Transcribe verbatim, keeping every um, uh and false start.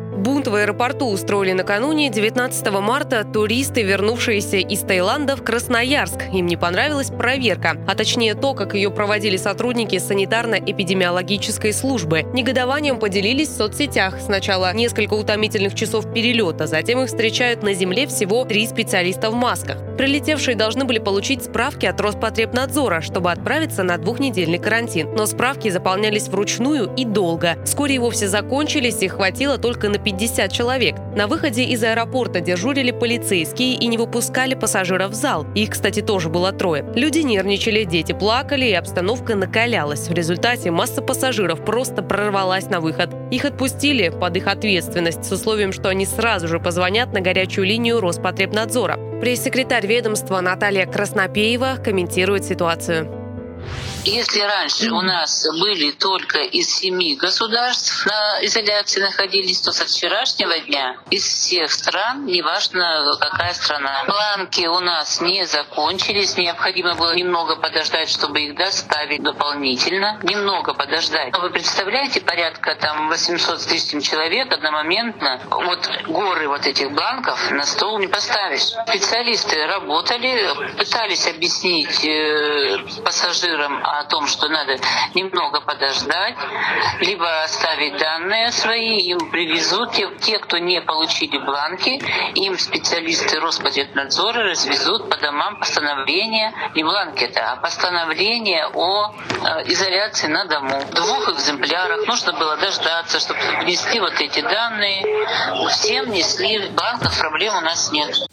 Бунт в аэропорту устроили накануне девятнадцатого марта туристы, вернувшиеся из Таиланда в Красноярск. Им не понравилась проверка, а точнее то, как ее проводили сотрудники санитарно-эпидемиологической службы. Негодованием поделились в соцсетях. Сначала несколько утомительных часов перелета, затем их встречают на земле всего три специалиста в масках. Прилетевшие должны были получить справки от Роспотребнадзора, чтобы отправиться на двухнедельный карантин. Но справки заполнялись вручную и долго. Вскоре и вовсе закончились, их хватило только на пятьдесят человек. На выходе из аэропорта дежурили полицейские и не выпускали пассажиров в зал. Их, кстати, тоже было трое. Люди нервничали, дети плакали, и обстановка накалялась. В результате масса пассажиров просто прорвалась на выход. Их отпустили под их ответственность с условием, что они сразу же позвонят на горячую линию Роспотребнадзора. Пресс-секретарь ведомства Наталья Краснопеева комментирует ситуацию. Если раньше у нас были только из семи государств на изоляции находились, то со вчерашнего дня из всех стран, неважно какая страна. Бланки у нас не закончились, необходимо было немного подождать, чтобы их доставить дополнительно, немного подождать. Но вы представляете, порядка там восемьсот с лишним человек одномоментно, вот горы вот этих бланков на стол не поставишь. Специалисты работали, пытались объяснить э, пассажирам о том, что надо немного подождать, либо оставить данные свои, им привезут. Те, те, кто не получили бланки, им специалисты Роспотребнадзора развезут по домам постановление, не бланки это, а постановление о э, изоляции на дому. В двух экземплярах нужно было дождаться, чтобы внесли вот эти данные. Всем внесли, бланков проблем у нас нет.